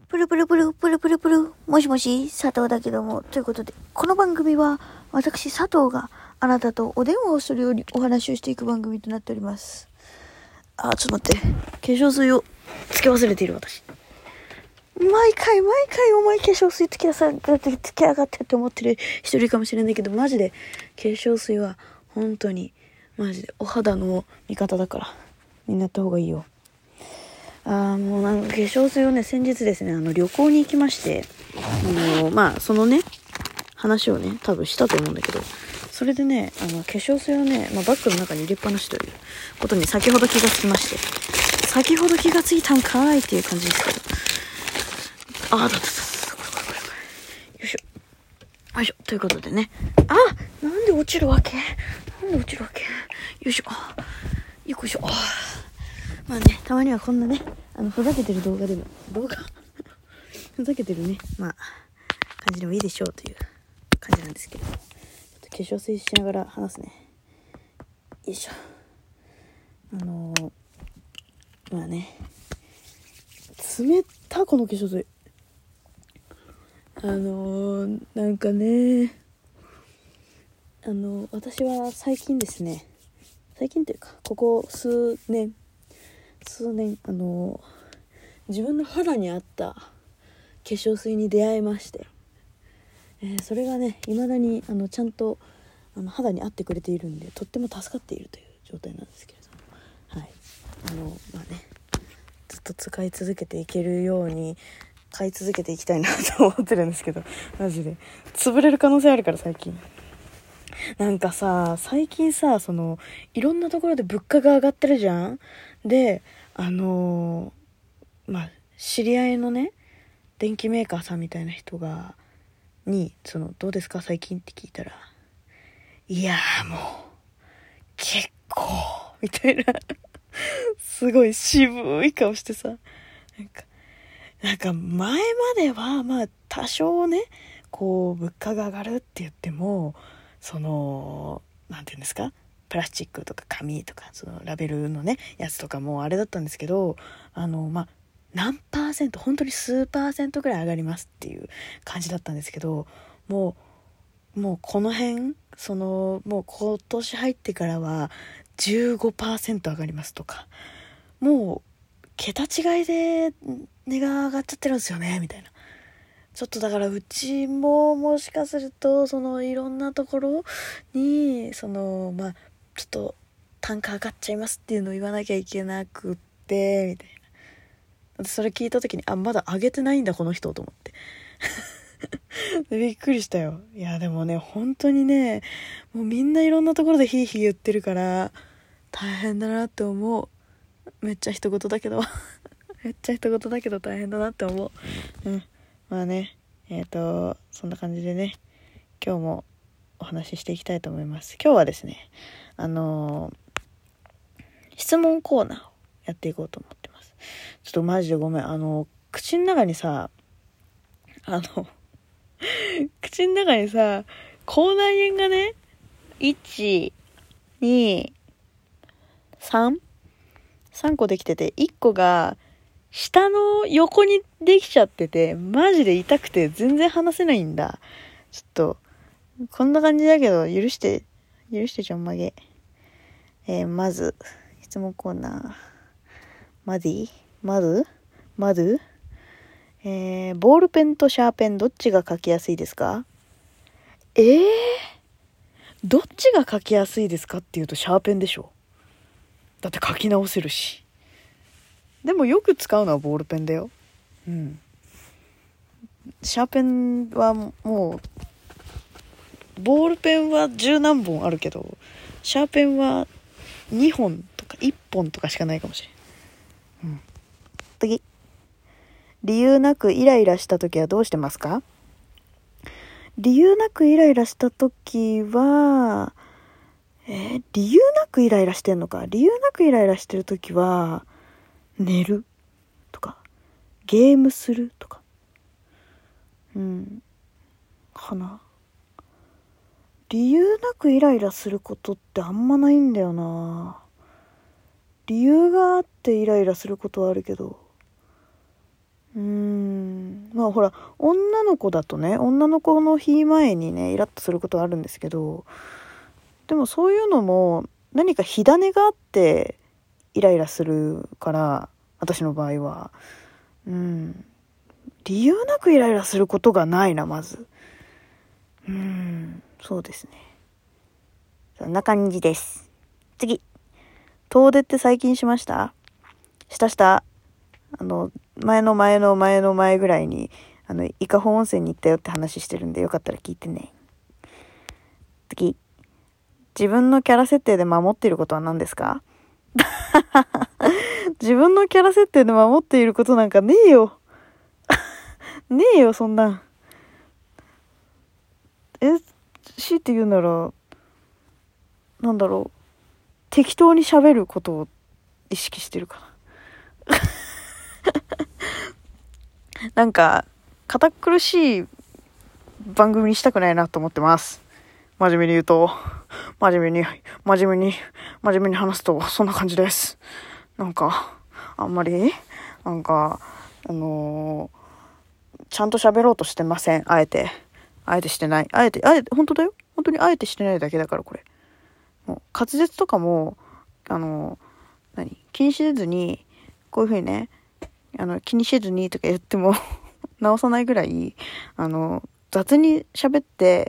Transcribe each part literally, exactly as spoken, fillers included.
プルプルプルプルプルプル、もしもし佐藤だけども、ということでこの番組は私佐藤があなたとお電話をするようにお話をしていく番組となっております。あーちょっと待って、化粧水をつけ忘れている私。毎回毎回お前化粧水つけさつけやがってって思ってる人いるかもしれないけど、マジで化粧水は本当にマジでお肌の味方だからみんなやった方がいいよ。あーもうなんか化粧水をね、先日ですね、あの旅行に行きまして、あのまあそのね話をね多分したと思うんだけど、それでね、あの化粧水をね、まあ、バッグの中に入れっぱなしということに先ほど気がつきまして、先ほど気がついたんかーいっていう感じですけど、あーだっただったこれこれこれこれよいしょよいしょということでね、あなんで落ちるわけなんで落ちるわけよいしょよいしょ。まあね、たまにはこんなね、あのふざけてる動画でも動画ふざけてるね、まあ感じでもいいでしょうという感じなんですけど、ちょっと化粧水しながら話すね。よいしょ。あのー、まあね、冷たこの化粧水。あのー、なんかね、あのー、私は最近ですね、最近というかここ数年数年あの自分の肌に合った化粧水に出会いまして、えー、それがね未だにあのちゃんとあの肌に合ってくれているんで、とっても助かっているという状態なんですけれども、はい、あのまあね、ずっと使い続けていけるように買い続けていきたいなと思ってるんですけど、マジで潰れる可能性あるから最近。なんかさ、最近さ、そのいろんなところで物価が上がってるじゃん。で、あのー、まあ知り合いのね電機メーカーさんみたいな人がにそのどうですか最近って聞いたら、いやーもう結構みたいなすごい渋い顔してさ、なんかなんか前まではまあ多少ねこう物価が上がるって言っても、そのなんていうんですか、プラスチックとか紙とかそのラベルのねやつとかもあれだったんですけど、あのまあ何パーセント、本当に数パーセントぐらい上がりますっていう感じだったんですけど、もうもうこの辺そのもう今年入ってからは じゅうごパーセント 上がりますとか、もう桁違いで値が上がっちゃってるんですよねみたいな。ちょっとだからうちももしかするとそのいろんなところにそのまあちょっと単価上がっちゃいますっていうのを言わなきゃいけなくってみたいな。それ聞いた時に、あまだ上げてないんだこの人と思ってびっくりしたよ。いやでもね本当にね、もうみんないろんなところでヒーヒー言ってるから大変だなって思う。めっちゃ一言だけどめっちゃ一言だけど大変だなって思う。うんまあね、えっとそんな感じでね、今日もお話ししていきたいと思います。今日はですね、あのー、質問コーナーをやっていこうと思ってます。ちょっとマジでごめん、あの口の中にさあの口の中にさ口内炎がねいち、に、さん さんこできてて、いっこが下の横にできちゃってて、マジで痛くて全然話せないんだ。ちょっとこんな感じだけど許して許してちょんまげ。えー、まず質問コーナー、マディマドマドえー、ボールペンとシャーペンどっちが書きやすいですか？えー、どっちが書きやすいですかっていうとシャーペンでしょ。だって書き直せるし。でもよく使うのはボールペンだよ。うん。シャーペンはもうボールペンは十何本あるけど、シャーペンはにほんとかいっぽんとかしかないかもしれん。うん。次。理由なくイライラした時はどうしてますか？理由なくイライラした時は、えー、理由なくイライラしてんのか。理由なくイライラしてる時は、寝るとか、ゲームするとか。うん。かな。理由なくイライラすることってあんまないんだよな。理由があってイライラすることはあるけど、うーんまあほら、女の子だとね、女の子の日前にね、イラッとすることはあるんですけど、でもそういうのも何か火種があってイライラするから、私の場合は。うん。理由なくイライラすることがないな、まず。うん、そうですね。そんな感じです。次。遠出って最近しました？したした。あの、前の前の前の前ぐらいに、あの、伊香保温泉に行ったよって話してるんで、よかったら聞いてね。次。自分のキャラ設定で守っていることは何ですか？自分のキャラ設定で守っていることなんかねえよ。ねえよ、そんな。え、強いて言うなら、なんだろう。適当に喋ることを意識してるかな。なんか、堅苦しい番組にしたくないなと思ってます。真面目に言うと、真面目に、真面目に、真面目に話すと、そんな感じです。なんか、あんまり、なんか、あのー、ちゃんと喋ろうとしてません。あえて。あえてしてない。あえて、あえて、本当だよ。本当にあえてしてないだけだから、これ。もう滑舌とかも、あのー、何気にせずに、こういう風にね、あの、気にせずにとか言っても、直さないぐらい、あの、雑に喋って、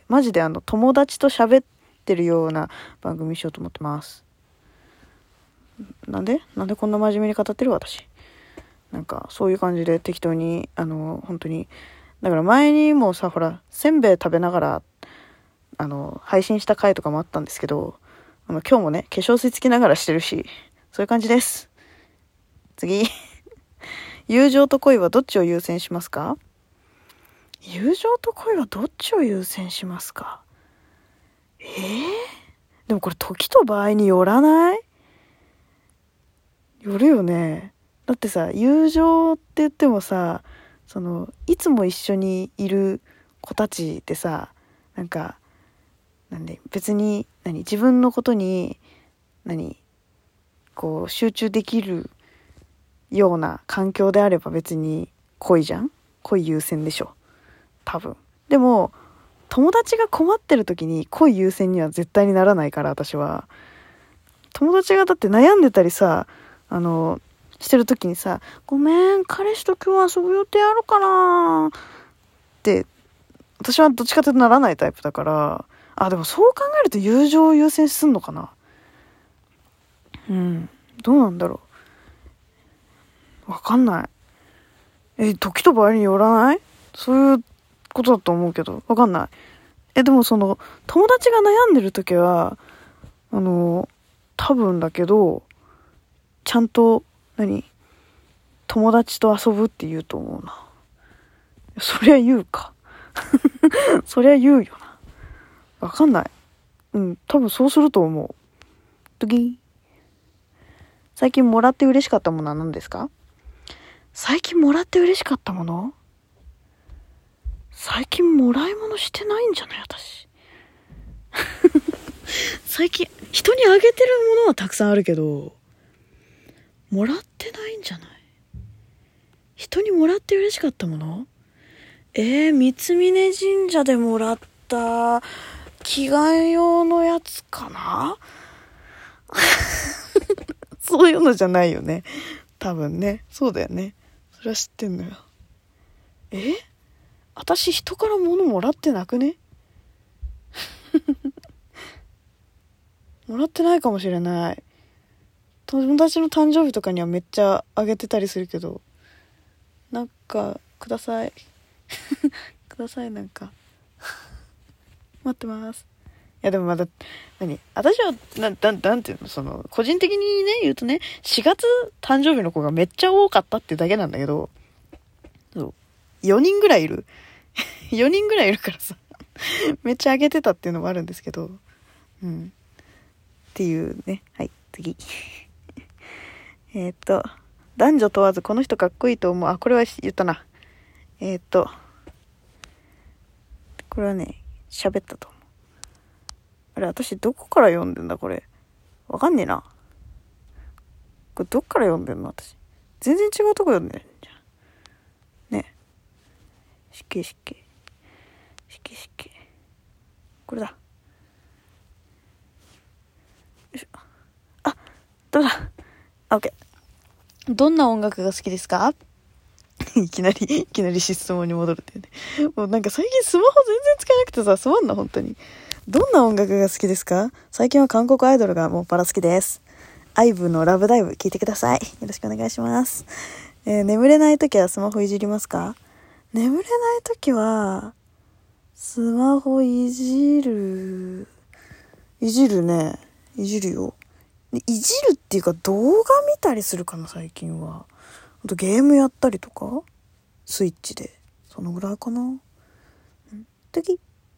マジであの、友達と喋ってるような番組にしようと思ってます。なんでなんでこんな真面目に語ってる私。なんか、そういう感じで適当に、あの、本当に、だから前にもさ、ほら、せんべい食べながら、あの、配信した回とかもあったんですけど、あの、今日もね、化粧水つきながらしてるし、そういう感じです。次。友情と恋はどっちを優先しますか？友情と恋はどっちを優先しますか？えー、でもこれ時と場合によらない？よるよね。だってさ、友情って言ってもさ、その、いつも一緒にいる子たちってさ、なんか、なんで、別に、何、自分のことに、何、こう、集中できるような環境であれば別に恋じゃん？恋優先でしょ。多分。でも、友達が困ってる時に恋優先には絶対にならないから、私は。友達がだって悩んでたりさ、あの、してる時にさ、ごめん、彼氏と今日遊ぶ予定あるかなって、私はどっちかというとならないタイプだから、あ、でもそう考えると友情を優先すんのかな。うん。どうなんだろう。わかんない。え、時と場合によらない？そういうことだと思うけど、わかんない。え、でもその、友達が悩んでる時は、あの、多分だけど、ちゃんと、何？友達と遊ぶって言うと思うな。そりゃ言うか。そりゃ言うよな。わかんない。うん、多分そうすると思う。次。最近もらって嬉しかったものは何ですか？最近もらって嬉しかったもの？最近もらい物してないんじゃない私。最近、人にあげてるものはたくさんあるけど、もらってないんじゃない？人にもらって嬉しかったもの？えー、三峯神社でもらった着替え用のやつかな。そういうのじゃないよね。多分ね。そうだよね。それは知ってんのよ。え？私人から物もらってなくね？もらってないかもしれない。友達の誕生日とかにはめっちゃあげてたりするけど、なんかください。ください、なんか。待ってます。いやでもまだ、何私は、な、ななんていうの、その、個人的にね、言うとね、しがつ誕生日の子がめっちゃ多かったっていうだけなんだけど、そう。よにんぐらいいる。よにんぐらいいるからさ、めっちゃあげてたっていうのもあるんですけど、うん。っていうね。はい、次。えっと、男女問わずこの人かっこいいと思う。あ、これは言ったな。えっと、これはね、喋ったと思う。あれ、私どこから読んでんだこれ。わかんねえな。これどっから読んでんの私。全然違うとこ読んでるじゃん。ね。 け湿気湿気湿気これだ。よいしょ。あ、ダメだ。あ、オッケー。どんな音楽が好きですか？いきなりいきなり質問に戻るっていうね。もうなんか最近スマホ全然使えなくてさ、すまんな本当に。どんな音楽が好きですか？最近は韓国アイドルがもうパラ好きです。アイブのラブダイブ聞いてください。よろしくお願いします。えー、眠れないときはスマホいじりますか？眠れないときはスマホいじるいじるね。いじるよ。いじるっていうか動画見たりするかな最近は。あとゲームやったりとかスイッチでそのぐらいかな。ん時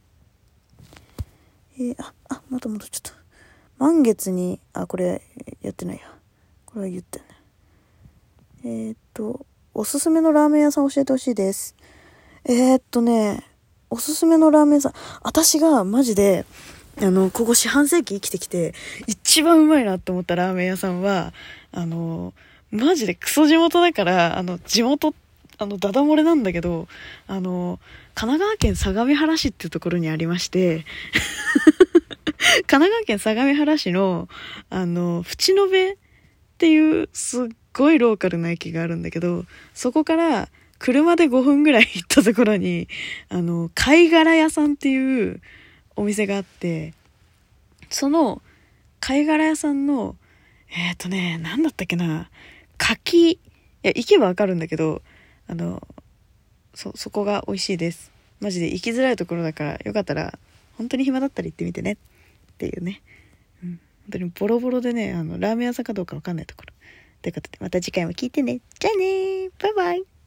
えー、ああまた戻っちゃった。満月にあこれやってないや。これは言ったよね。えー、っとおすすめのラーメン屋さん教えてほしいです。えー、っとねおすすめのラーメン屋さん、私がマジであのここ四半世紀生きてきて一番うまいなって思ったラーメン屋さんはあのマジでクソ地元だからあの地元あのダダ漏れなんだけどあの神奈川県相模原市っていうところにありまして神奈川県相模原市のあの淵野辺っていうすっごいローカルな駅があるんだけど、そこから車でごふんぐらい行ったところにあの貝殻屋さんっていうお店があって、その貝殻屋さんのえっとねなんだったっけな柿、いや行けばわかるんだけどあのそそこが美味しいです。マジで行きづらいところだからよかったら本当に暇だったら行ってみてねっていうね、うん、本当にボロボロでねあのラーメン屋さんかどうかわかんないところということでまた次回も聞いてね。じゃあねバイバイ。